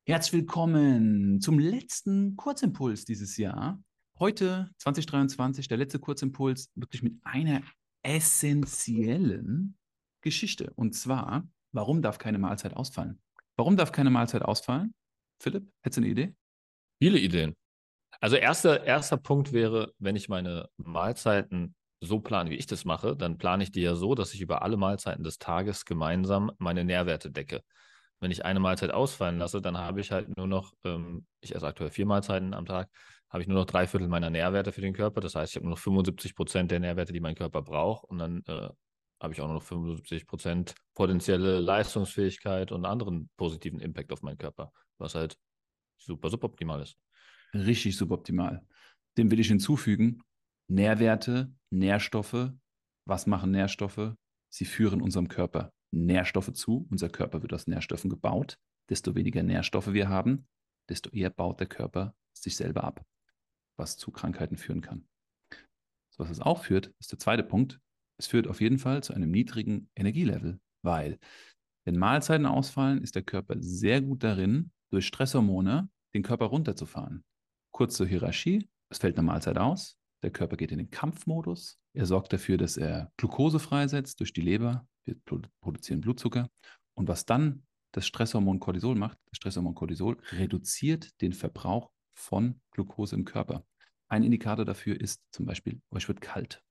Herzlich willkommen zum letzten Kurzimpuls dieses Jahr. Heute, 2023, der letzte Kurzimpuls, wirklich mit einer essentiellen Geschichte. Und zwar, warum darf keine Mahlzeit ausfallen? Warum darf keine Mahlzeit ausfallen? Philipp, hättest du eine Idee? Viele Ideen. Also erster Punkt wäre, wenn ich meine Mahlzeiten so plane, wie ich das mache, dann plane ich die ja so, dass ich über alle Mahlzeiten des Tages gemeinsam meine Nährwerte decke. Wenn ich eine Mahlzeit ausfallen lasse, dann habe ich halt nur noch, ich esse aktuell 4 Mahlzeiten am Tag, habe ich nur noch 3/4 meiner Nährwerte für den Körper. Das heißt, ich habe nur noch 75% der Nährwerte, die mein Körper braucht. Und dann habe ich auch nur noch 75% potenzielle Leistungsfähigkeit und anderen positiven Impact auf meinen Körper, was halt super suboptimal ist. Richtig suboptimal. Dem will ich hinzufügen, Nährwerte, Nährstoffe. Was machen Nährstoffe? Sie führen unserem Körper Nährstoffe zu. Unser Körper wird aus Nährstoffen gebaut. Desto weniger Nährstoffe wir haben, desto eher baut der Körper sich selber ab, was zu Krankheiten führen kann. So, was es auch führt, ist der zweite Punkt. Es führt auf jeden Fall zu einem niedrigen Energielevel, weil wenn Mahlzeiten ausfallen, ist der Körper sehr gut darin, durch Stresshormone den Körper runterzufahren. Kurz zur Hierarchie, es fällt eine Mahlzeit aus, der Körper geht in den Kampfmodus, er sorgt dafür, dass er Glucose freisetzt durch die Leber, wir produzieren Blutzucker. Und was dann das Stresshormon Cortisol macht, das Stresshormon Cortisol reduziert den Verbrauch von Glucose im Körper. Ein Indikator dafür ist zum Beispiel, euch wird kalt.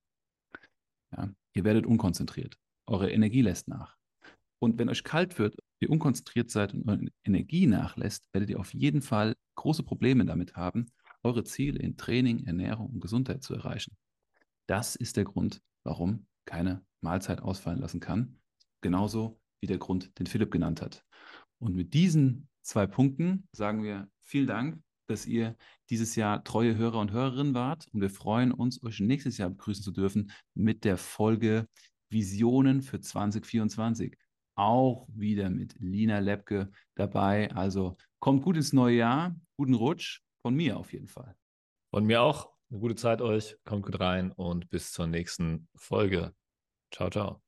Ja? Ihr werdet unkonzentriert. Eure Energie lässt nach. Und wenn euch kalt wird, ihr unkonzentriert seid und eure Energie nachlässt, werdet ihr auf jeden Fall große Probleme damit haben, eure Ziele in Training, Ernährung und Gesundheit zu erreichen. Das ist der Grund, warum keine Mahlzeit ausfallen lassen kann. Genauso wie der Grund, den Philipp genannt hat. Und mit diesen zwei Punkten sagen wir vielen Dank, dass ihr dieses Jahr treue Hörer und Hörerinnen wart. Und wir freuen uns, euch nächstes Jahr begrüßen zu dürfen mit der Folge Visionen für 2024. Auch wieder mit Lina Lepke dabei. Also kommt gut ins neue Jahr. Guten Rutsch von mir auf jeden Fall. Von mir auch. Eine gute Zeit euch. Kommt gut rein und bis zur nächsten Folge. Ciao, ciao.